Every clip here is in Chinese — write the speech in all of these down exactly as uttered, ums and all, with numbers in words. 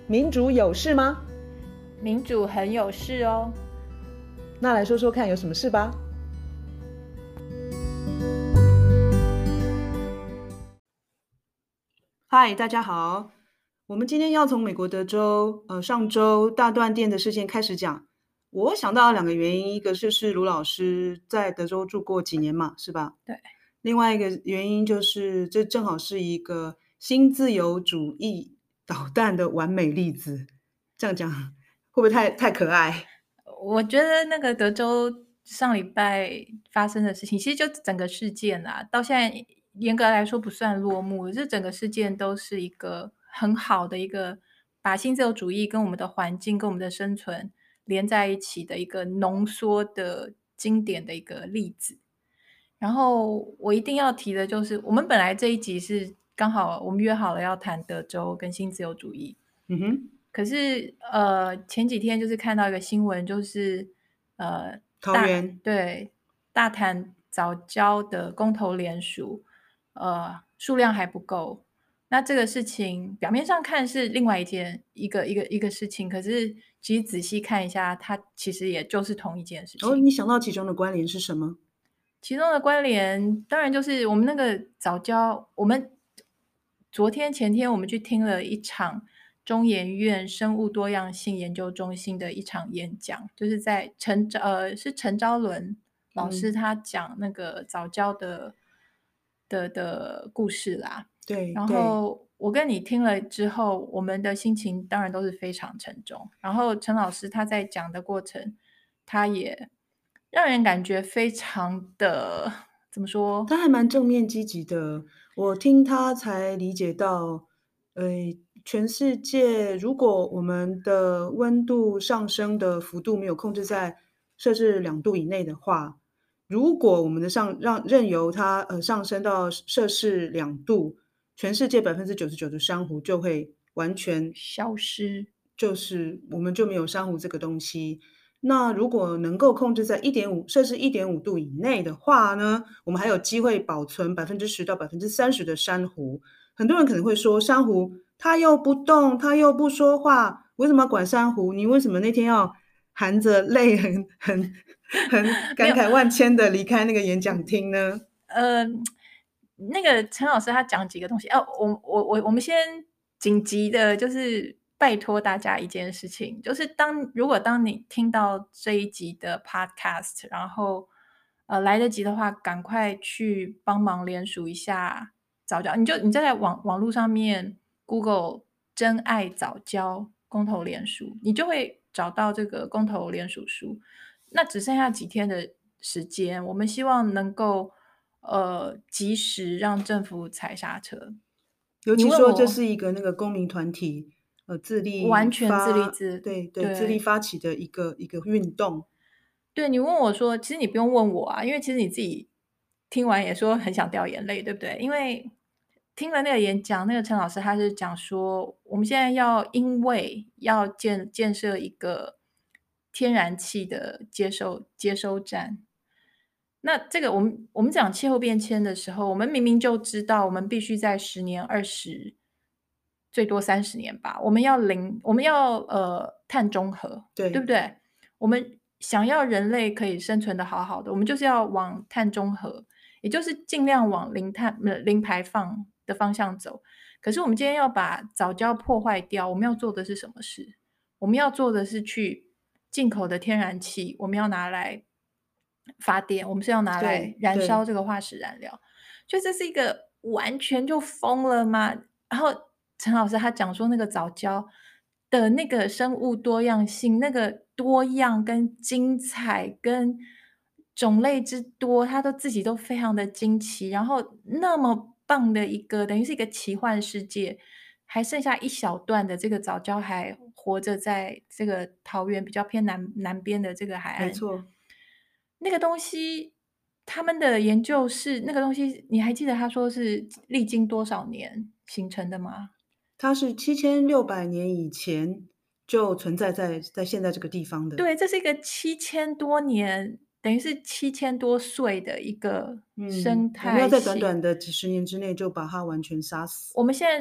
民主有事吗？ 民主很有事哦。 那来说说看有什么事吧。嗨，大家好，我们今天要从美国德州呃上周大断电的事件开始讲。我想到两个原因，一个就是卢老师在德州住过几年嘛，是吧？ 对。 另外一个原因就是这正好是一个新自由主义导弹的完美例子。这样讲会不会太太可爱？ 我觉得那个德州上礼拜发生的事情，其实就整个事件啊，到现在严格来说不算落幕，这整个事件都是一个很好的一个把新自由主义跟我们的环境跟我们的生存连在一起的一个浓缩的经典的一个例子。然后我一定要提的就是，我们本来这一集是刚好我们约好了要谈德州跟新自由主义。 嗯哼。 可是呃前几天就是看到一个新闻，就是呃桃园对大潭藻礁的公投联署呃数量还不够。那这个事情表面上看是另外一件一个一个一个事情，可是其实仔细看一下，它其实也就是同一件事情。 哦，你想到其中的关联是什么？ 其中的关联当然就是我们那个藻礁，我们昨天前天我们去听了一场中研院生物多样性研究中心的一场演讲，就是在陈呃是陈昭伦老师他讲那个藻礁的的的故事啦。然对对。 后我跟你听了之后，我们的心情当然都是非常沉重。然后陈老师他在讲的过程，他也让人感觉非常的怎么说？ 他还蛮正面积极的。我听他才理解到，呃，全世界如果我们的温度上升的幅度没有控制在摄氏两度以内的话，如果我们的上让任由它呃上升到摄氏两度，全世界百分之九十九的珊瑚就会完全消失， 就是我们就没有珊瑚这个东西。那如果能够控制在一点五摄氏一点五度以内的话呢，我们还有机会保存百分之十到百分之三十的珊瑚。很多人可能会说，珊瑚它又不动，它又不说话，为什么要管珊瑚？你为什么那天要含着泪很很很感慨万千的离开那个演讲厅呢？ 呃，那个陈老师他讲几个东西哦，我我我我们先紧急的，就是拜托大家一件事情，就是当如果当你听到这一集的 podcast，然后呃来得及的话，赶快去帮忙联署一下藻礁，你就你就在网网络上面 Google 真爱藻礁公投联署，你就会找到这个公投联署书。那只剩下几天的时间，我们希望能够呃及时让政府踩刹车。 尤其说这是一个那个公民团体呃自力完全自立发自对对对自力发起的一个一个运动。 对，你问我说，其实你不用问我啊，因为其实你自己听完也说很想掉眼泪，对不对？因为听了那个演讲，那个陈老师他是讲说，我们现在要因为要建建设一个天然气的接收接收站。那这个我们我们讲气候变迁的时候，我们明明就知道，我们必须在十年、二十，最多三十年吧，我们要零，我们要呃碳中和， 对对不对？我们想要人类可以生存的好好的，我们就是要往碳中和，也就是尽量往零碳、呃零排放的方向走。可是我们今天要把藻礁破坏掉，我们要做的是什么事？我们要做的是去进口的天然气，我们要拿来发电，我们是要拿来燃烧这个化石燃料，就这是一个完全就疯了吗？然后陈老师他讲说，那个藻礁的那个生物多样性，那个多样跟精彩跟种类之多，他都自己都非常的惊奇，然后那么棒的一个，等于是一个奇幻世界，还剩下一小段的这个藻礁还活着在这个桃园比较偏南南边的这个海岸。 没错。 那个东西，他们的研究是那个东西，你还记得他说是历经多少年形成的吗？ 它是七千六百年以前就存在在在现在这个地方的。 对，这是一个七千多年，等于是七千多岁的一个生嗯，我们态要在短系。 短的几十年之内就把它完全杀死。 我们现在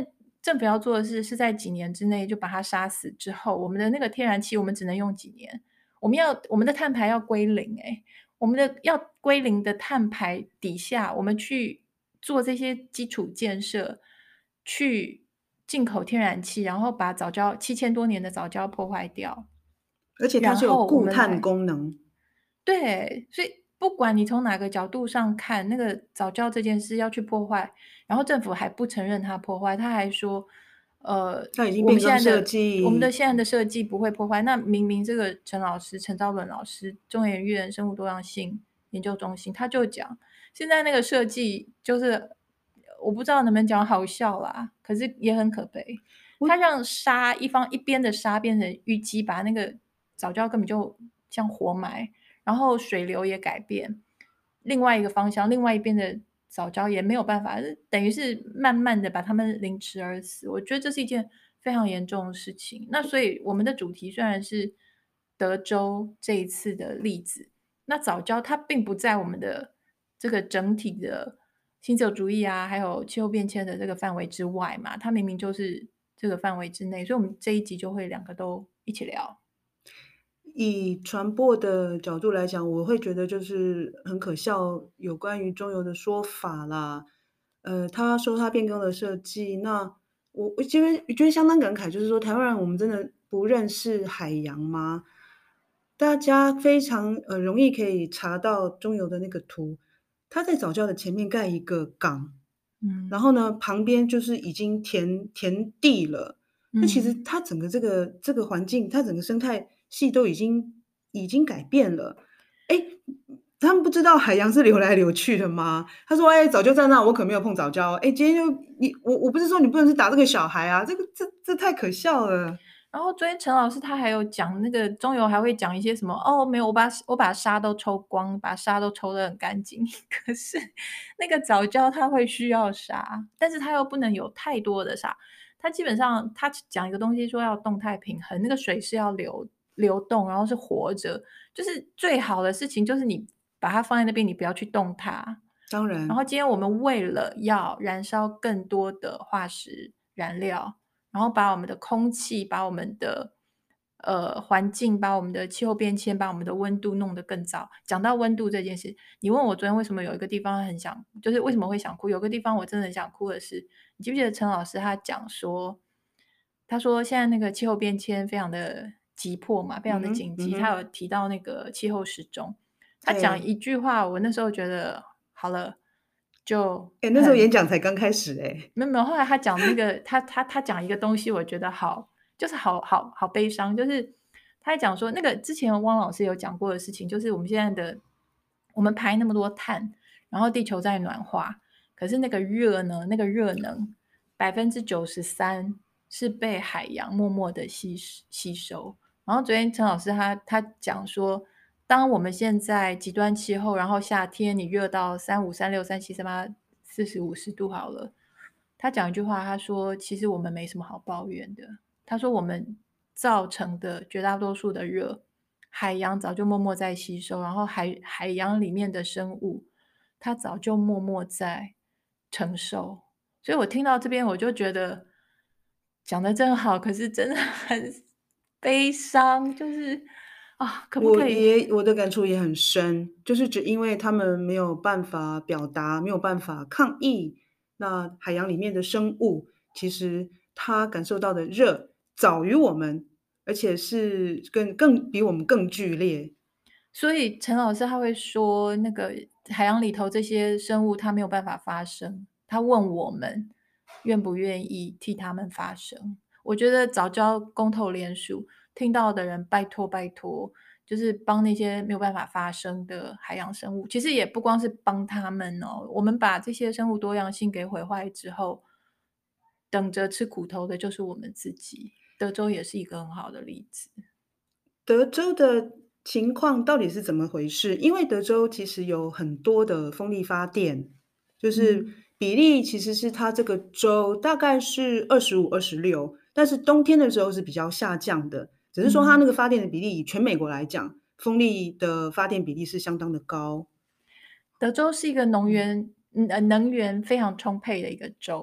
政府要做的是是在几年之内就把它杀死之后，我们的那个天然气我们只能用几年，我们要我们的碳排要归零哎，我们的要归零的碳排底下，我们去做这些基础建设，去进口天然气，然后把早教七千多年的早教破坏掉， 而且它是有然后我固碳们来功能。 对，所以不管你从哪个角度上看，那个早教这件事要去破坏，然后政府还不承认它破坏，他还说，呃， 它已经我们变更设现在的我们的计。 现在的设计不会破坏。那明明这个陈老师陈昭伦老师，中研院生物多样性研究中心，他就讲，现在那个设计就是我不知道能不能讲好笑啦，可是也很可悲。 我他让沙一方一边的沙变成淤积，把那个早教根本就像活埋。然后水流也改变，另外一个方向，另外一边的早教也没有办法，等于是慢慢的把他们凌迟而死。我觉得这是一件非常严重的事情。那所以我们的主题虽然是德州这一次的例子，那早教它并不在我们的这个整体的新自由主义啊，还有气候变迁的这个范围之外嘛，它明明就是这个范围之内，所以我们这一集就会两个都一起聊。 以传播的角度来讲，我会觉得就是很可笑，有关于中油的说法啦。呃，他说他变更了设计，那我我觉得我觉得相当感慨，就是说台湾人我们真的不认识海洋吗？大家非常呃容易可以查到中油的那个图，他在早教的前面盖一个港，然嗯后呢旁边就是已经填填地了。那其实嗯。 它整个这个这个环境，它整个生态系都已经已经改变了。诶，他们不知道海洋是流来流去的吗？他说：“哎，早就在那，我可没有碰早教。”诶，今天就你我我不是说你不能去打这个小孩啊，这个这这太可笑了。 然后昨天陈老师他还有讲那个中油还会讲一些什么，哦，没有，我把我把沙都抽光，把沙都抽得很干净。可是那个早教它会需要沙，但是它又不能有太多的沙。它基本上它讲一个东西说要动态平衡，那个水是要流流动，然后是活着，就是最好的事情就是你把它放在那边，你不要去动它。 当然。 然后今天我们为了要燃烧更多的化石燃料，然后把我们的空气、把我们的呃环境、把我们的气候变迁、把我们的温度弄得更糟。讲到温度这件事，你问我昨天为什么有一个地方很想，就是为什么会想哭？有个地方我真的很想哭的是，你记不记得陈老师他讲说，他说现在那个气候变迁非常的急迫嘛，非常嗯的紧急。他哼嗯哼。 有提到那个气候时钟，他讲对。 一句话，我那时候觉得好了，就诶，那时候演很讲才刚开始诶。 没有没有，后来他讲那个他他他讲一个东西，我觉得好就是好好好悲伤。就是他在讲说，那个之前汪老师有讲过的事情，就是我们现在的我们排那么多碳，然后地球在暖化，可是那个热呢，那个热能百分之九十三是被海洋默默的吸吸收。然后昨天陈老师他他讲说，当我们现在极端气候，然后夏天你热到三五、三六、三七、三八、四十五十度好了，他讲一句话，他说：“其实我们没什么好抱怨的。”他说：“我们造成的绝大多数的热，海洋早就默默在吸收，然后海海洋里面的生物，它早就默默在承受。”所以我听到这边我就觉得讲的真好，可是真的很悲伤，就是啊，可不我可以也我的感触也很深，就是只因为他们没有办法表达，没有办法抗议，那海洋里面的生物，其实它感受到的热早于我们，而且是更更比我们更剧烈。 所以陈老师他会说，那个海洋里头这些生物，它没有办法发声。他问我们愿不愿意替他们发声。我觉得早教公投联署听到的人，拜托拜托，就是帮那些没有办法发声的海洋生物。其实也不光是帮他们哦，我们把这些生物多样性给毁坏之后，等着吃苦头的就是我们自己。德州也是一个很好的例子。 德州的情况到底是怎么回事？因为德州其实有很多的风力发电，就是嗯比例其实是它这个州大概是二十五、二十六，但是冬天的时候是比较下降的，只是说它那嗯。 个发电的比例以全美国来讲，风力的发电比例是相当的高。 德州是一个能嗯。 源嗯呃，能源非常充沛的一个州，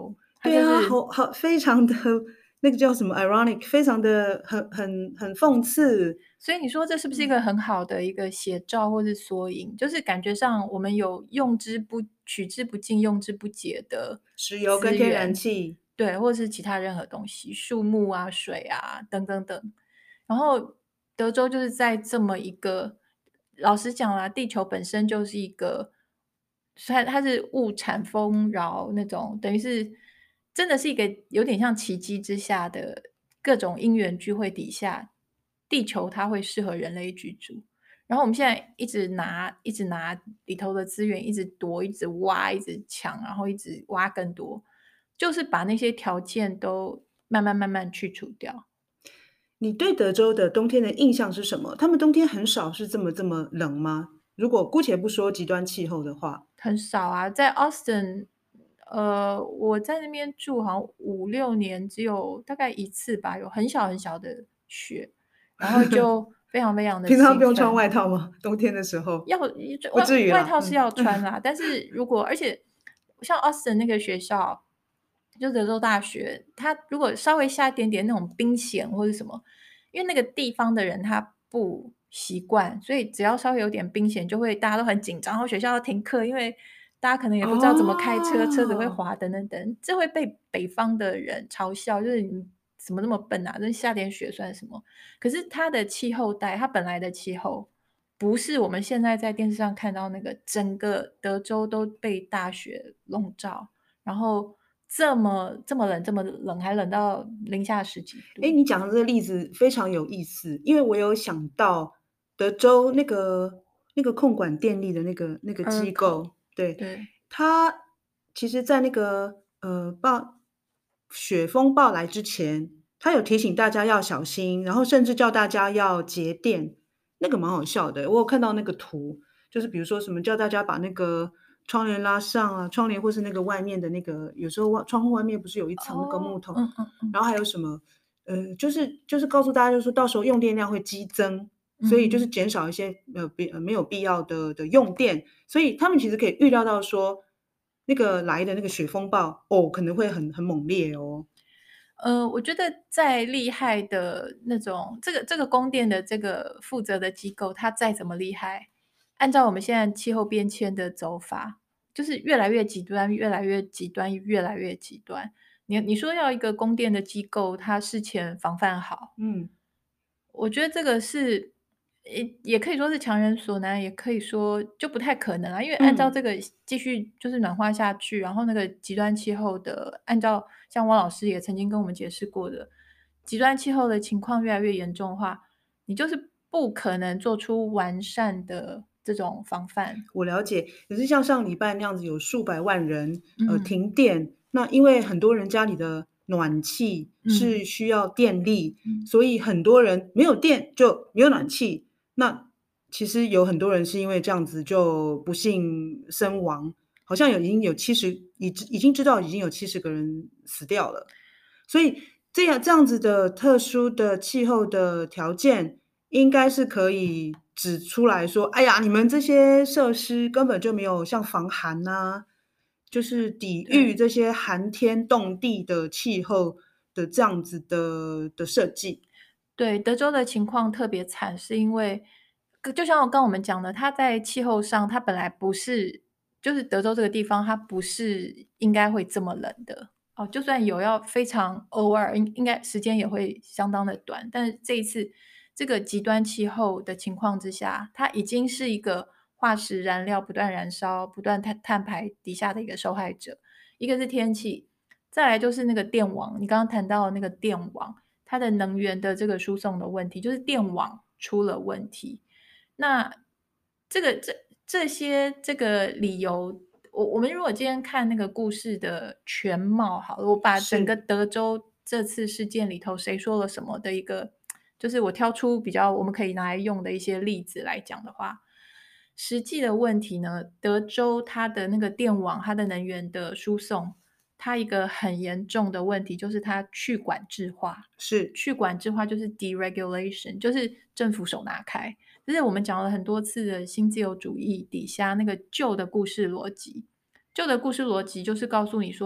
它对啊， 就是好好非常的那个叫什么 ironic，非常的很很很讽刺。 所以你说这是不是一嗯， 个很好的一个写照或是缩影？就是感觉上我们有用之不取之不尽、用之不竭的石油跟天然资源， 气。 对，或者是其他任何东西，树木啊、水啊等等等。然后德州就是在这么一个老实讲啦，地球本身就是一个它它是物产丰饶那种，等于是真的是一个有点像奇迹之下的各种因缘聚会底下，地球它会适合人类居住。然后我们现在一直拿一直拿里头的资源，一直夺、一直挖、一直抢，然后一直挖更多，就是把那些条件都慢慢慢慢去除掉。 你对德州的冬天的印象是什么？他们冬天很少是这么这么冷吗？如果姑且不说极端气候的话。 很少啊，在 Austin，呃，我在那边住好像五六年，只有大概一次吧，有很小很小的雪，然后就非常非常的平常不用穿兴奋。 外套吗？冬天的时候？ 要不外至于啦， 外套是嗯。 要穿啦，但是如果而且像 Austin 那个学校，就德州大学，它如果稍微下一点点那种冰弦或者什么，因为那个地方的人他不习惯，所以只要稍微有点冰弦，就会大家都很紧张，然后学校要停课，因为大家可能也不知道怎么开车，车子会哦， 滑等等等，这会被北方的人嘲笑，就是你怎么那么笨啊，这下点雪算什么？可是它的气候带，它本来的气候不是我们现在在电视上看到那个整个德州都被大雪笼罩，然后这么这么冷这么冷，还冷到零下十几诶， 度。 你讲的这个例子非常有意思，因为我有想到德州那个那个控管电力的那个那个机 ERCOT， 构，对， 对， 它其实在那个，呃，暴雪风暴来之前，它有提醒大家要小心，然后甚至叫大家要节电，那个蛮好笑的。我有看到那个图，就是比如说什么叫大家把那个窗帘拉上啊，窗帘或是那个外面的那个有时候外窗户外面不是有一层那个木哦， 头， 嗯嗯嗯， 然后还有什么，呃，就是就是告诉大家，就是说到时候用电量会激增，所以就是嗯哼。 减少一些呃必呃没有必要的的用电，所以他们其实可以预料到说，那个来的那个雪风暴哦，可能会很很猛烈哦。 呃，我觉得再厉害的那种这个这个供电的这个负责的机构，它再怎么厉害，按照我们现在气候变迁的走法，就是越来越极端，越来越极端，越来越极端。你你说要一个供电的机构，它事前防范好， 嗯我觉得这个是，也也可以说是强人所难，也可以说就不太可能啊。因为按照嗯， 这个继续就是暖化下去，然后那个极端气候的，按照像汪老师也曾经跟我们解释过的，极端气候的情况越来越严重的话，你就是不可能做出完善的这种防范。 我了解。可是像上礼拜那样子，有数百万人呃嗯停电，那因为很多人家里的暖气是嗯需要电力， 嗯。 所以很多人没有电就没有暖气。那其实有很多人是因为这样子就不幸身亡，好像有已经有七十已知已经知道已经有七十个人死掉了。所以这样这样子的特殊的气候的条件，应该是可以指出来说，哎呀，你们这些设施根本就没有像防寒呐，就是抵御对。 这些寒天冻地的气候的这样子的的设计。 对，德州的情况特别惨，是因为就就像我刚我们讲的，它在气候上，它本来不是就是德州这个地方，它不是应该会这么冷的。哦，就算有要非常偶尔，应应该时间也会相当的短。但是这一次这个极端气候的情况之下，它已经是一个化石燃料不断燃烧、不断碳碳排底下的一个受害者。一个是天气，再来就是那个电网，你刚刚谈到的那个电网。它的能源的这个输送的问题，就是电网出了问题。那这个这这些这个理由，我我们如果今天看那个故事的全貌好了，我把整个是， 德州这次事件里头谁说了什么的一个，就是我挑出比较我们可以拿来用的一些例子来讲的话，实际的问题呢，德州它的那个电网，它的能源的输送，它一个很严重的问题就是它去管制化。 是， 去管制化就是 deregulation，就是政府手拿开。这是我们讲了很多次的新自由主义底下那个旧的故事逻辑。旧的故事逻辑就是告诉你说，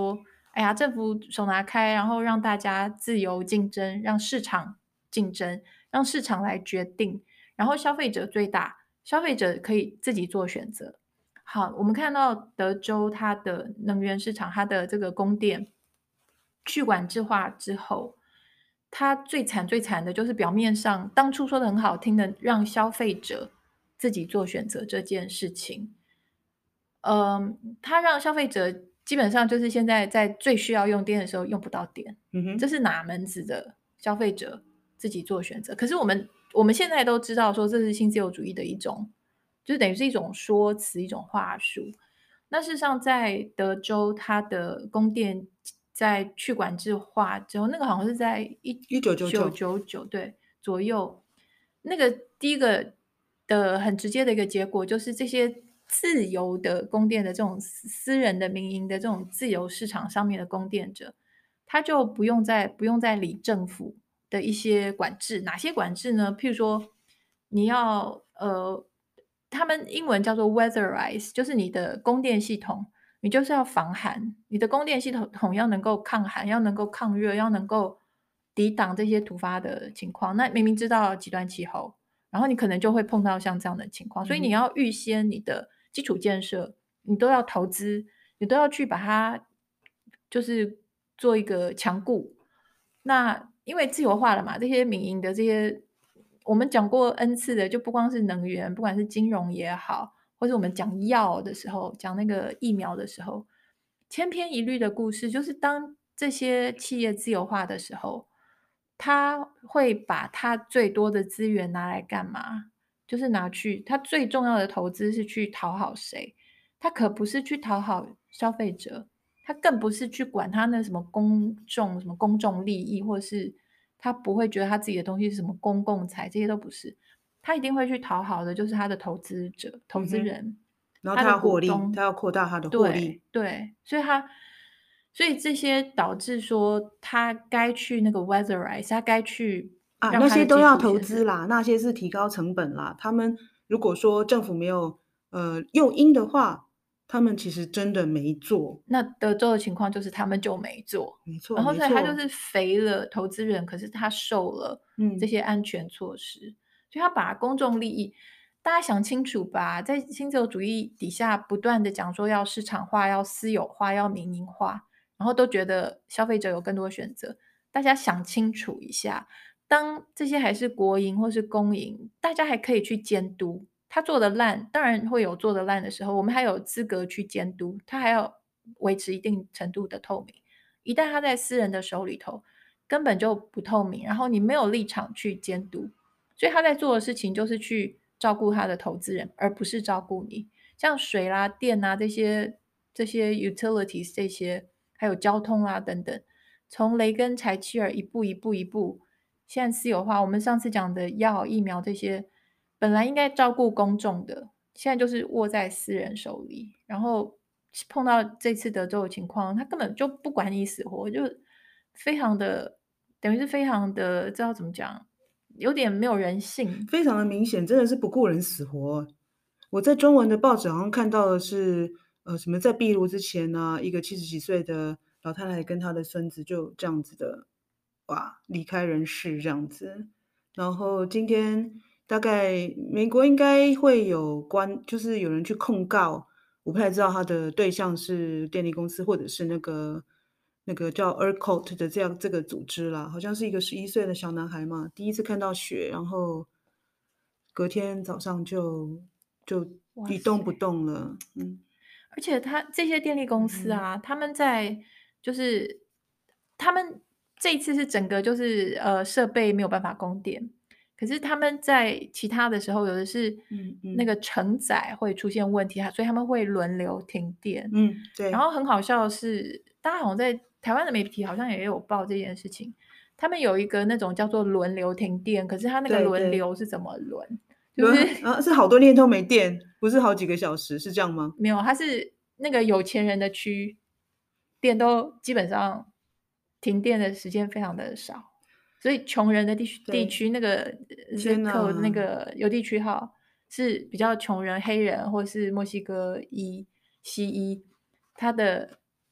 哎呀，政府手拿开，然后让大家自由竞争，让市场竞争，让市场来决定，然后消费者最大，消费者可以自己做选择。好，我们看到德州它的能源市场，它的这个供电去管制化之后，它最惨最惨的就是表面上当初说的很好听的，让消费者自己做选择这件事情。嗯，它让消费者基本上就是现在在最需要用电的时候用不到电， 嗯哼， 这是哪门子的消费者自己做选择？可是我们我们现在都知道说这是新自由主义的一种，就是等于是一种说辞、一种话术。那事实上，在德州，它的供电在去管制化之后，那个好像是在一一九九九九， 九九对左右，那个第一个的很直接的一个结果，就是这些自由的供电的这种私私人的民营的这种自由市场上面的供电者，他就不用再不用再理政府的一些管制。哪些管制呢？譬如说，你要呃，他们英文叫做 weatherize，就是你的供电系统，你就是要防寒，你的供电系统统要能够抗寒，要能够抗热，要能够抵挡这些突发的情况。那明明知道极端气候，然后你可能就会碰到像这样的情况，所以你嗯哼， 要预先你的基础建设，你都要投资，你都要去把它就是做一个强固。那因为自由化了嘛，这些民营的这些我们讲过 N 次的，就不光是能源，不管是金融也好，或者我们讲药的时候，讲那个疫苗的时候，千篇一律的故事，就是当这些企业自由化的时候，他会把他最多的资源拿来干嘛？就是拿去他最重要的投资是去讨好谁？他可不是去讨好消费者，他更不是去管他那什么公众什么公众利益，或是他不会觉得他自己的东西是什么公共财，这些都不是。他一定会去讨好的就是他的投资者、投嗯哼， 资人、 然后他他的要获利，他股东。 要扩大他的获利对对，所以他所以这些导致说他该去那个 weatherize，他该去啊，那让他的基些都要础建设。 投资啦，那些是提高成本啦。他们如果说政府没有呃诱因的话，他们其实真的没做。 那德州的情况就是他们就没做， 没错， 然后没错， 所以他就是肥了投资人，可是他瘦了这嗯， 些安全措施，所以他把公众利益大家想清楚吧，在新自由主义底下不断的讲说要市场化、要私有化、要民营化，然后都觉得消费者有更多选择。大家想清楚一下，当这些还是国营或是公营，大家还可以去监督。他做的烂，当然会有做的烂的时候，我们还有资格去监督，他还要维持一定程度的透明。一旦他在私人的手里头，根本就不透明，然后你没有立场去监督，所以他在做的事情就是去照顾他的投资人，而不是照顾你。像水啦、电啊这些这些 utilities 这些，还有交通啊等等，从雷根柴契尔一步一步一步，现在私有化，我们上次讲的药、疫苗这些，本来应该照顾公众的，现在就是握在私人手里。然后碰到这次德州的情况，他根本就不管你死活，就非常的等于是非常的，知道怎么讲，有点没有人性。 非常的明显，真的是不顾人死活。我在中文的报纸好像看到的是，呃，什么在壁炉之前呢，一个七十几岁的老太太跟她的孙子就这样子的，哇，离开人世这样子。然后今天大概美国应该会有关就是有人去控告，我不太知道他的对象是电力公司或者是那个那个叫 E R C O T 的这样这个组织啦，好像是一个十一岁的小男孩嘛，第一次看到雪，然后隔天早上就就哇塞！ 一动不动了，嗯， 而且他这些电力公嗯哼， 司啊，他们在就是他们这一次是整个就是呃设备没有办法供电，可是他们在其他的时候，有的是嗯嗯， 那个承载会出现问题啊，所以他们会轮流停电。 嗯， 然对， 后很好笑的是，大家好像在台湾的媒体好像也有报这件事情，他们有一个那种叫做轮流停电，可是他那个轮对对， 流是怎么轮？就是轮啊，是好多天都没电，不是好几个小时，是这样吗？ 没有，它是那个有钱人的区，电都基本上停电的时间非常的少，所以穷人的地区地对， 区那个呃天 zip code 那呐， 个邮地区号是比较穷人、黑人或是墨西哥裔、西裔，他的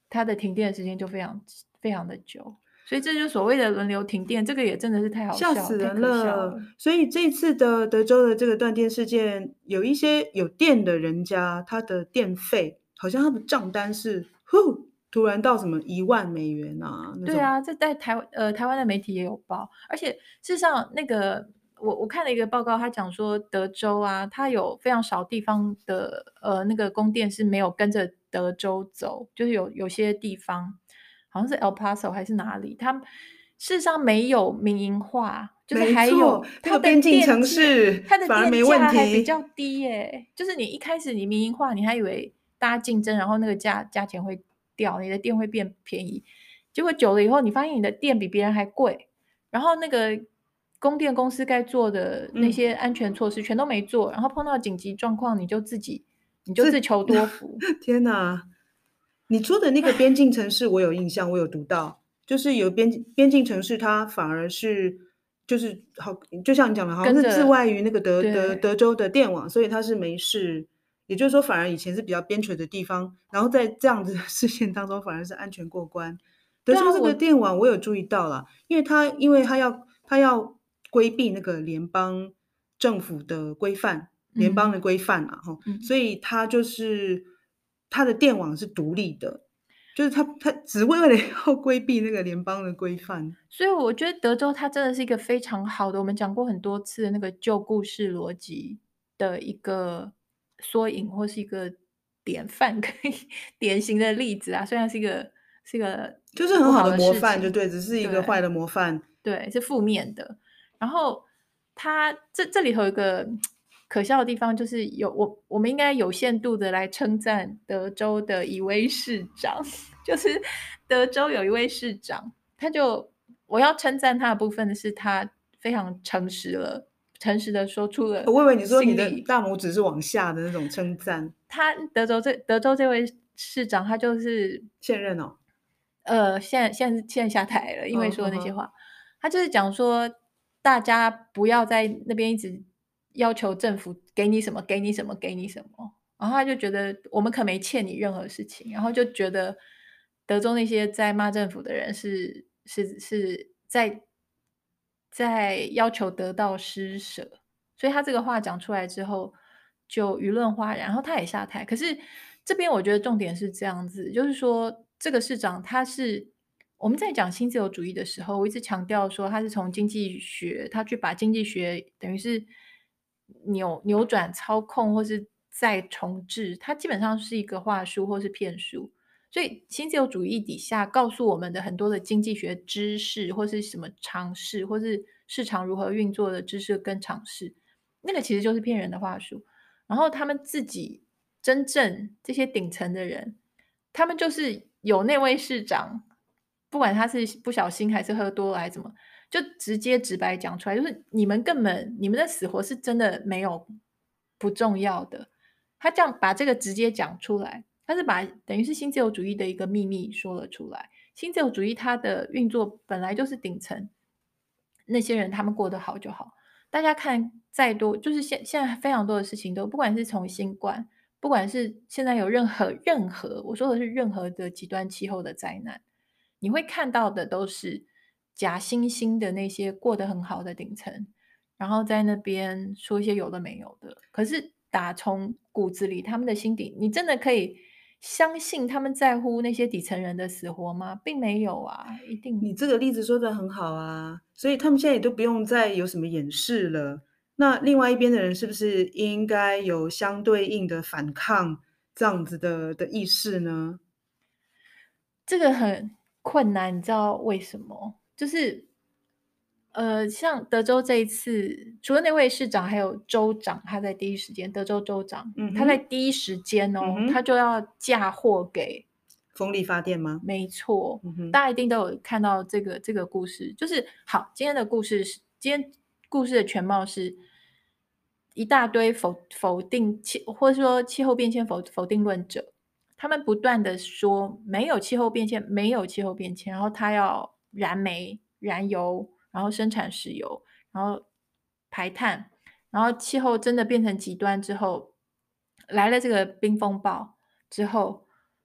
它的停电的时间就非常非常的久，所以这就是所谓的轮流停电，这个也真的是太好笑、 吓死人太可笑了！ 了。 所以这次的德州的这个断电事件，有一些有电的人家，他的电费好像他的账单是呼，突然到什么一万美元啊那种。 对啊，这在台湾呃，台湾的媒体也有报，而且事实上那个我我看了一个报告，他讲说德州啊，它有非常少地方的呃那个供电是没有跟着德州走，就是有有些地方好像是 El Paso 还是哪里，它事实上没有民营化，就是还没错， 有它的那个边境城电价， 市它的电反而没问价还比较题。 低耶，就是你一开始你民营化，你还以为大家竞争，然后那个价价钱会掉，你的电会变便宜。结果久了以后，你发现你的电比别人还贵，然后那个供电公司该做的那嗯， 些安全措施全都没做，然后碰到紧急状况，你就自己你就这自求多福。 天哪！你说的那个边境城市我有印象，我有读到，就是有边境边境城市，它反而是就是好就像你讲的，好像是自跟着外于那个德德对， 德州的电网，所以它是没事。也就是说，反而以前是比较边陲的地方，然后在这样子的事件当中，反而是安全过关。德对啊， 州这个我电网我有注意到啦，因为它因为它要它要规避那个联邦政府的规范，联邦嗯， 的规范嘛，吼， 嗯。 所以它就是它的电网是独立的，就是它它只为了要规避那个联邦的规范。 所以我觉得德州它真的是一个非常好的，我们讲过很多次的那个旧故事逻辑的一个缩影，或是一个典范，可以典型的例子啊。虽然是一个是一个就是很好的不好的模范，就事情， 对，只是一个坏对的模范。 对，是负面的。然后它这这里头有一个可笑的地方，就是有我我们应该有限度的来称赞德州的一位市长，就是德州有一位市长。他就我要称赞他的部分是他非常诚实了，诚实的说出了我以为你说你的心里。 大拇指是往下的那种称赞。 他德州这德州这位市长，他就是现任哦？ 呃，现在现在现在下台了，因为嗯， 说呵呵。 的那些话，他就是讲说，大家不要在那边一直要求政府给你什么，给你什么，给你什么，然后他就觉得我们可没欠你任何事情，然后就觉得德州那些在骂政府的人是是是在在要求得到施舍，所以他这个话讲出来之后，就舆论哗然，然后他也下台。可是这边我觉得重点是这样子，就是说这个市长他是我们在讲新自由主义的时候，我一直强调说他是从经济学，他去把经济学等于是扭扭转、操控或是再重置，它基本上是一个话术或是骗术。所以新自由主义底下告诉我们的很多的经济学知识，或是什么常识，或是市场如何运作的知识跟常识，那个其实就是骗人的话术。然后他们自己真正这些顶层的人，他们就是有那位市长，不管他是不小心还是喝多了还是怎么，就直接直白讲出来，就是你们根本你们的死活是真的没有不重要的。他这样把这个直接讲出来，他是把等于是新自由主义的一个秘密说了出来。新自由主义它的运作本来就是顶层那些人他们过得好就好。大家看再多，就是现现在非常多的事情都不管是从新冠，不管是现在有任何任何我说的是任何的极端气候的灾难，你会看到的都是假惺惺的那些过得很好的顶层，然后在那边说一些有的没有的。可是打从骨子里，他们的心底，你真的可以相信他们在乎那些底层人的死活吗？并没有啊，一定你这个例子说的很好啊，所以他们现在也都不用再有什么掩饰了。那另外一边的人是不是应该有相对应的反抗这样子的的意识呢？ 这个很困难，你知道为什么？就是呃，像德州这一次，除了那位市长，还有州长，他在第一时间，德州州长，他在嗯哼， 第一时间哦，他嗯哼， 就要嫁祸给风力发电吗？ 没错， 嗯哼， 大家一定都有看到这个这个故事。就是好，今天的故事是今天故事的全貌是一大堆否否定气或者说气候变迁否否定论者，他们不断的说没有气候变迁，没有气候变迁，然后他要燃煤、燃油，然后生产石油，然后排碳，然后气候真的变成极端之后，来了这个冰风暴之后。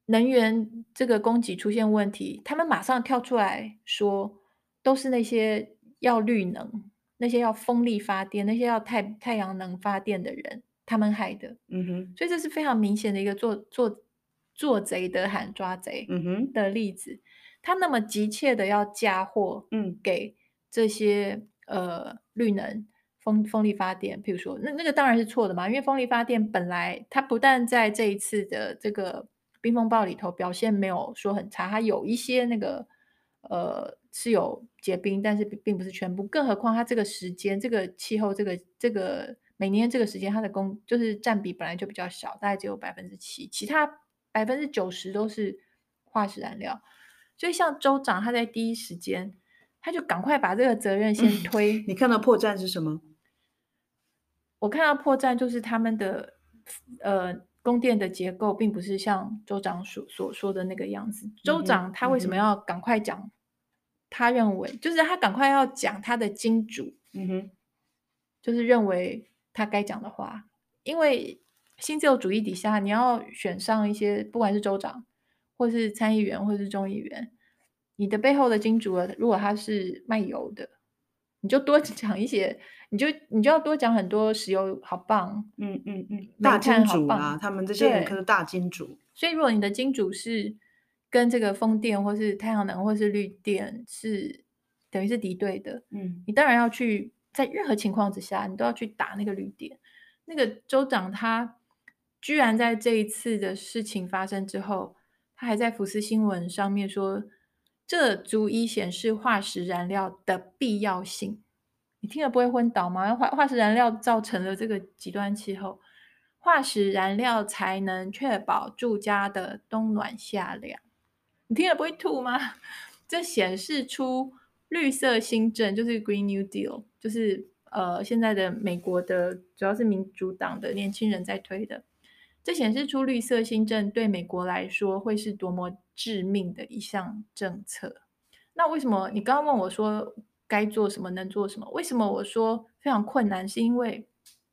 能源这个供给出现问题，他们马上跳出来说，都是那些要绿能、那些要风力发电、那些要太太阳能发电的人，他们害的。 嗯哼， 所以这是非常明显的一个做做做贼的喊抓贼嗯哼， 的例子。他那么急切的要嫁祸嗯给这些呃绿能、风风力发电，譬如说，那那个当然是错的嘛，因为风力发电本来它不但在这一次的这个冰风暴里头表现没有说很差，它有一些那个呃是有结冰，但是并并不是全部，更何况它这个时间、这个气候、这个这个每年这个时间，它的供就是占比本来就比较小，大概只有百分之七，其他百分之九十都是化石燃料。所以像州长他在第一时间，他就赶快把这个责任先推。 你看到破绽是什么？ 我看到破绽就是他们的呃供电的结构并不是像州长所所说的那个样子。州嗯哼， 长他为什么嗯哼， 要赶快讲？他认为就是他赶快要讲他的金主， 嗯哼， 就是认为他该讲的话。因为新自由主义底下，你要选上一些不管是州长，或是参议员，或是众议员，你的背后的金主如果他是卖油的，你就多讲一些，你就你就要多讲很多石油好棒， 嗯嗯嗯，大煤炭金好棒。 主啦，他们这些人可对， 是大金主。 所以如果你的金主是跟这个风电或是太阳能或是绿电是等于是敌对的， 嗯你当然要去在任何情况之下，你都要去打那个绿电。那个州长他居然在这一次的事情发生之后，他还在福斯新闻上面说，这足以显示化石燃料的必要性。你听了不会昏倒吗？化化石燃料造成了这个极端气候，化石燃料才能确保住家的冬暖夏凉。你听了不会吐吗？这显示出绿色新政就是 Green New Deal，就是呃现在的美国的主要是民主党的年轻人在推的。这显示出绿色新政对美国来说会是多么致命的一项政策。那为什么你刚刚问我说该做什么，能做什么？为什么我说非常困难？是因为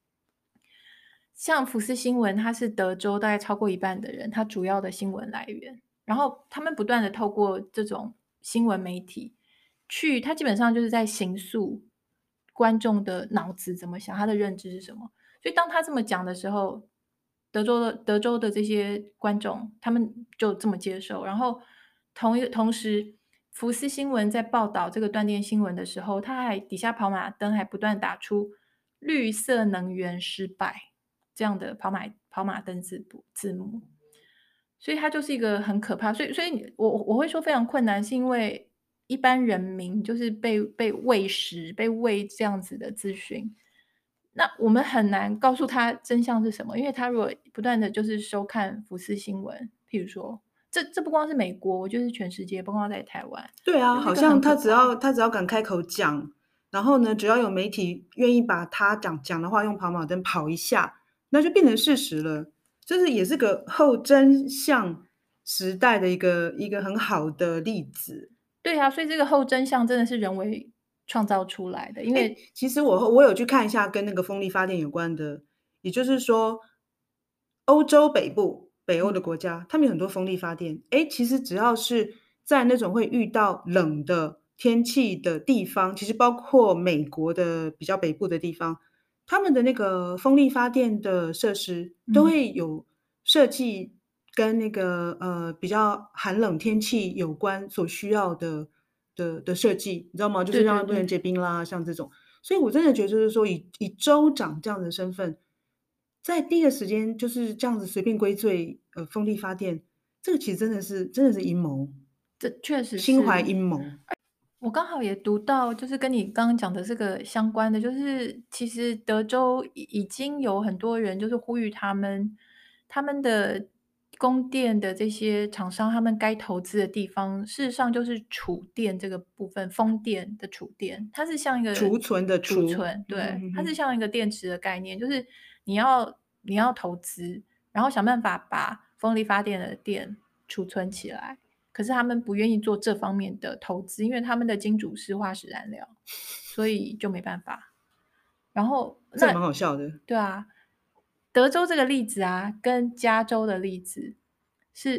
像福斯新闻，它是德州大概超过一半的人，它主要的新闻来源。然后他们不断的透过这种新闻媒体去，他基本上就是在形塑观众的脑子怎么想，他的认知是什么。所以当他这么讲的时候，德州的德州的这些观众，他们就这么接受。然后同一个同时，福斯新闻在报道这个断电新闻的时候，他还底下跑马灯还不断打出“绿色能源失败”这样的跑马跑马灯字幕字幕。所以它就是一个很可怕，所以所以你我我会说非常困难，是因为一般人民就是被被喂食、被喂这样子的资讯，那我们很难告诉他真相是什么，因为他如果不断的就是收看福斯新闻，譬如说，这这不光是美国，我觉得是全世界，不光在台湾， 对啊， 这是一个好像他很可怕。 只要他只要敢开口讲，然后呢，只要有媒体愿意把他讲讲的话用跑马灯跑一下，那就变成事实了。这是也是个后真相时代的一个一个很好的例子。 对啊，所以这个后真相真的是人为创造出来的，因哎， 为其实我我有去看一下跟那个风力发电有关的，也就是说，欧洲北部、北欧的嗯， 国家，他们有很多风力发电。哎，其实只要是在那种会遇到冷的天气的地方，其实包括美国的比较北部的地方，他们的那个风力发电的设施都嗯， 会有设计跟那个呃比较寒冷天气有关所需要的的的设计，你知道吗？就是对对让它不能结对。 冰啦，像这种。所以我真的觉得就是说以以州长这样的身份，在第一个时间就是这样子随便归罪，呃，风力发电，这个其实真的是真的是阴谋， 这确实心怀是。 阴谋。 我刚好也读到，就是跟你刚刚讲的这个相关的，就是其实德州已已经有很多人就是呼吁他们他们的供电的这些厂商，他们该投资的地方，事实上就是储电这个部分，风电的储电，它是像一个储存的储， 储存， 嗯哼对， 哼哼， 它是像一个电池的概念，就是你要你要投资，然后想办法把风力发电的电储存起来。可是他们不愿意做这方面的投资，因为他们的金主是化石燃料，所以就没办法。然后这个蛮那好笑的。 对啊，德州这个例子啊，跟加州的例子是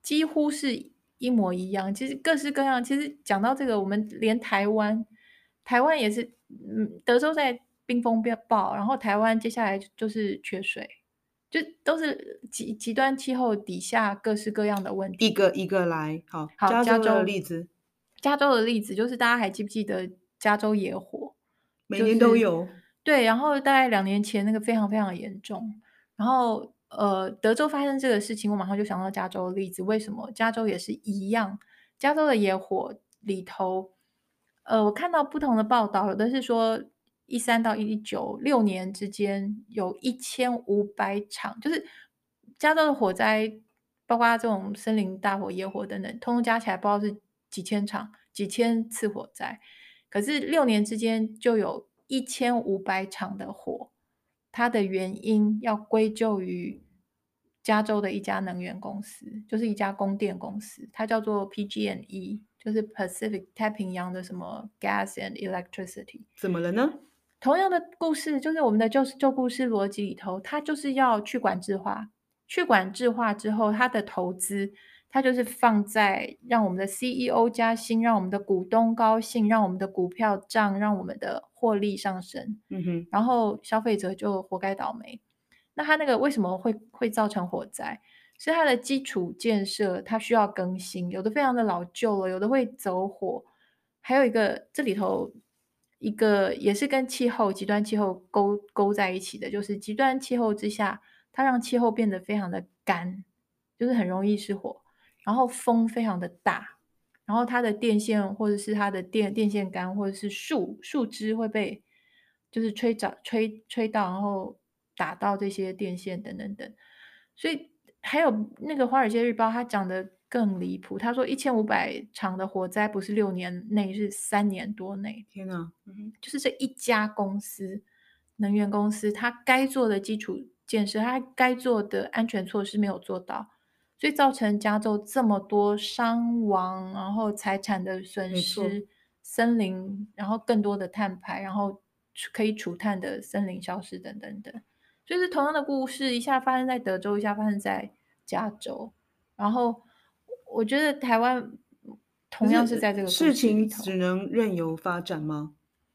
几乎是一模一样。其实各式各样，其实讲到这个，我们连台湾，台湾也是，嗯，德州在冰风变暴，然后台湾接下来就是缺水，就都是极极端气候底下各式各样的问题。 一个一个来。好， 好， 加州的加州， 例子， 加州的例子就是大家还记不记得加州野火？ 每年都就是有。 对，然后大概两年前那个非常非常严重，然后呃，德州发生这个事情，我马上就想到加州的例子，为什么？加州也是一样，加州的野火里头，呃，我看到不同的报道，有的是说一三到一九六年之间有一千五百场，就是加州的火灾，包括这种森林大火、野火等等，通通加起来不知道是几千场、几千次火灾。可是六年之间就有一千五百场的火，它的原因要归咎于加州的一家能源公司，就是一家供电公司，它叫做 P G and E， 就是 Pacific 太平洋的什么 Gas and Electricity。 怎么了呢？ 同样的故事，就是我们的旧旧故事逻辑里头，它就是要去管制化。去管制化之后，它的投资，它就是放在让我们的 C E O 加薪，让我们的股东高兴，让我们的股票涨，让我们的获利上升， 嗯哼， 然后消费者就活该倒霉。那它那个为什么会会造成火灾？是它的基础建设，它需要更新，有的非常的老旧了，有的会走火。还有一个这里头一个也是跟气候极端气候勾勾在一起的，就是极端气候之下，它让气候变得非常的干，就是很容易失火，然后风非常的大，然后它的电线或者是它的电电线杆或者是树树枝会被就是吹着吹吹到，然后打到这些电线等等等。所以还有那个《华尔街日报》，它讲的更离谱，他说一千五百场的火灾不是六年内，是三年多内。 天哪，嗯哼， 就是这一家公司，能源公司，它该做的基础建设，它该做的安全措施没有做到，所以造成加州这么多伤亡，然后财产的损没错。 失，森林，然后更多的碳排，然后除可以除碳的森林消失等等等。所以是同样的故事，一下发生在德州，一下发生在加州。然后我觉得台湾同样是可是在这个故事事里头。 情只能任由发展吗？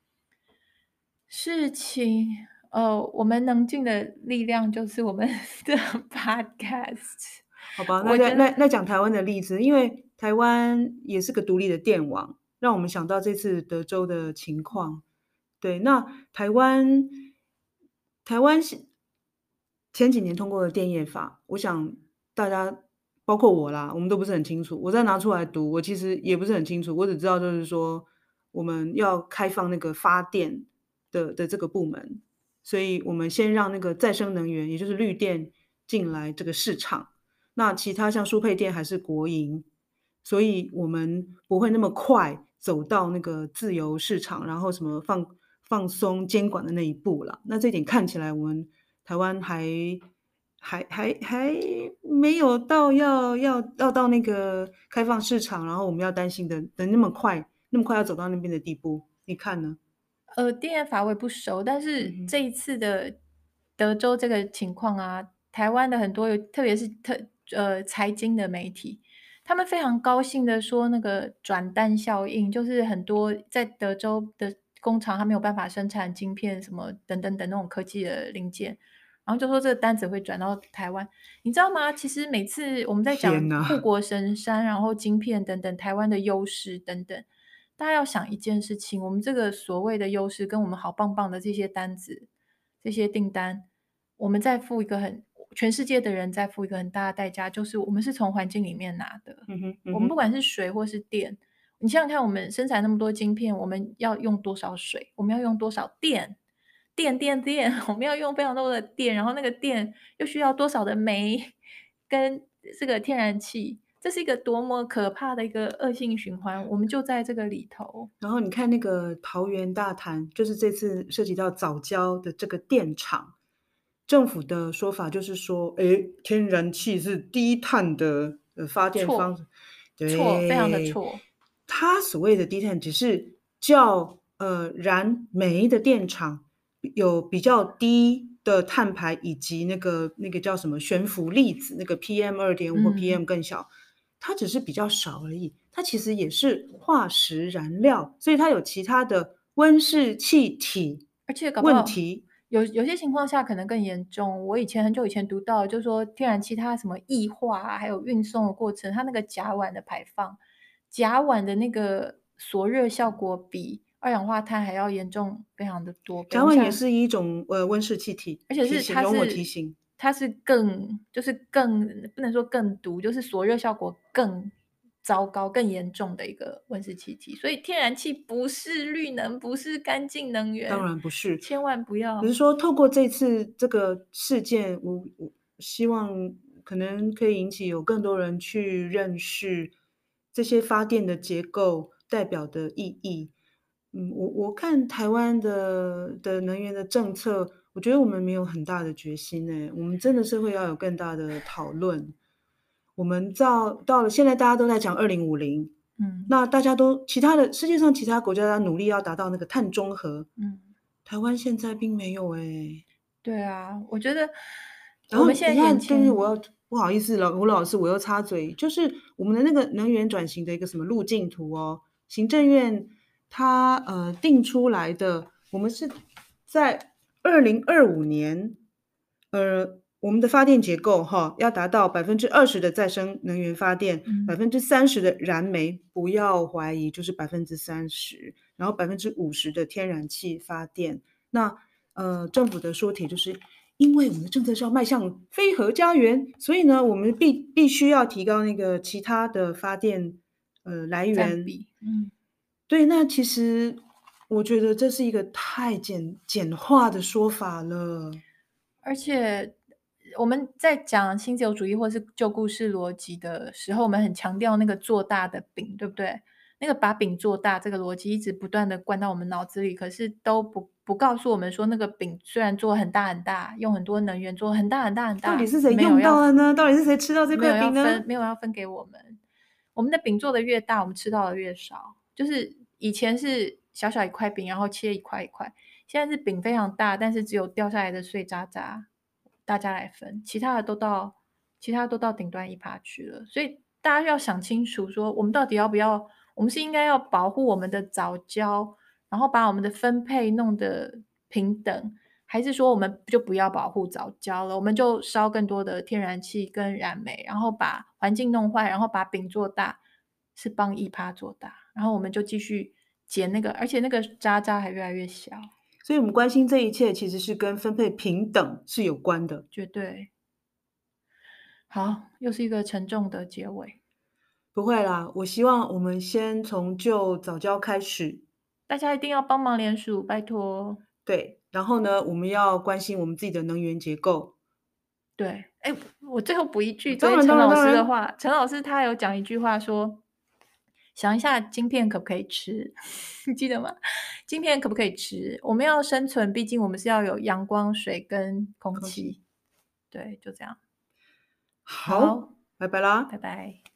事情，呃，我们能尽的力量就是我们的 podcast。 好吧，那我觉得再那那讲台湾的例子，因为台湾也是个独立的电网，让我们想到这次德州的情况。对，那台湾台湾是前几年通过的电业法，我想大家包括我啦，我们都不是很清楚。我再拿出来读，我其实也不是很清楚，我只知道就是说我们要开放那个发电的的这个部门，所以我们先让那个再生能源，也就是绿电进来这个市场。那其他像输配电还是国营，所以我们不会那么快走到那个自由市场，然后什么放放松监管的那一步了。那这点看起来我们台湾还还还还没有到要要要到那个开放市场，然后我们要担心的的那么快那么快要走到那边的地步，你看呢？ 呃，电业法我也不熟，但是嗯哼， 这一次的德州这个情况啊，台湾的很多有特别是特呃财经的媒体，他们非常高兴的说那个转单效应，就是很多在德州的工厂，它没有办法生产晶片什么等等等那种科技的零件，然后就说这个单子会转到台湾，你知道吗？其实每次我们在讲护天哪， 国神山，然后晶片等等，台湾的优势等等。大家要想一件事情，我们这个所谓的优势跟我们好棒棒的这些单子、这些订单，我们在付一个很全世界的人在付一个很大的代价，就是我们是从环境里面拿的。 嗯哼嗯哼， 我们不管是水或是电，你想想看，我们生产那么多晶片，我们要用多少水？我们要用多少电？电电电，我们要用非常多的电，然后那个电又需要多少的煤跟这个天然气，这是一个多么可怕的一个恶性循环，我们就在这个里头。 然后你看那个桃园大潭，就是这次涉及到早教的这个电厂，政府的说法就是说，诶，天然气是低碳的呃发电方错， 式， 错，非常的对， 错。 它所谓的低碳只是较呃燃煤的电厂有比较低的碳排，以及那个那个叫什么悬浮粒子，那个 P M 二点五或嗯， P M 更小， 它只是比较少而已，它其实也是化石燃料，所以它有其他的温室气体而且搞不好问题。 有有些情况下可能更严重。我以前很久以前读到，就是说天然气它什么液化啊，还有运送的过程，它那个甲烷的排放，甲烷的那个锁热效果比二氧化碳还要严重非常的多倍。 甲我想烷也是一种呃温室气体， 而且是提醒容我提它是醒。 它是更就是更不能说更毒，就是锁热效果更糟糕、更严重的一个温室气体。所以天然气不是绿能，不是干净能当源， 然不是， 千万不要。 只是说透过这次这个事件，我我希望可能可以引起有更多人去认识这些发电的结构代表的意义。嗯，我我看台湾的的能源的政策，我觉得我们没有很大的决心诶，我们真的是会要有更大的讨论。我们到到了现在大家都在讲二零五零， 嗯那大家都其他的世界上其他国家在努力要达到那个碳中和， 嗯， 台湾现在并没有诶。 对啊，我觉得然后我们现在你看，对不起， 眼前我要不好意思了，吴老师，我又插嘴，就是我们的那个能源转型的一个什么路径图哦，行政院它呃定出来的，我们是在二零二五年，呃，我们的发电结构哈要达到百分之二十的再生能源发电，百嗯分之三十的燃煤，不要怀疑就是百分之三十，然后百分之五十的天然气发电。那呃，政府的说帖就是因为我们的政策是要迈向非核家园，所以呢，我们必必须要提高那个其他的发电呃来源。 占比，嗯。 对，那其实我觉得这是一个太简简化的说法了。 而且我们在讲新自由主义或是旧故事逻辑的时候，我们很强调那个做大的饼，对不对？那个把饼做大这个逻辑一直不断的灌到我们脑子里，可是都不不告诉我们说，那个饼虽然做很大很大，用很多能源做很大很大很到底大， 是谁用没有要到了呢？到底是谁吃到这没有要块饼呢？ 分没有要分给我们。我们的饼做的越大，我们吃到的越少。就是以前是小小一块饼，然后切一块一块，现在是饼非常大，但是只有掉下来的碎渣渣，大家来分，其他的都到其他都到顶端一趴去了。所以大家要想清楚说，我们到底要不要我们是应该要保护我们的早教，然后把我们的分配弄得平等，还是说我们就不要保护早教了，我们就烧更多的天然气跟燃煤，然后把环境弄坏，然后把饼做大，是帮一趴做大，然后我们就继续捡那个，而且那个渣渣还越来越小， 所以我们关心这一切，其实是跟分配平等是有关的。 绝对。好，又是一个沉重的结尾， 不会啦，我希望我们先从就早教开始， 大家一定要帮忙联署，拜托。 对，然后呢，我们要关心我们自己的能源结构。 对，哎，我最后补一句，昨当然，当然， 天陈老当然， 师的话，陈老师他有讲一句话说，想一下晶片可不可以吃，你记得吗？晶片可不可以吃？我们要生存，毕竟我们是要有阳光、水跟空空气。 气。对，就这样。 好， 好， 拜拜啦。 拜拜。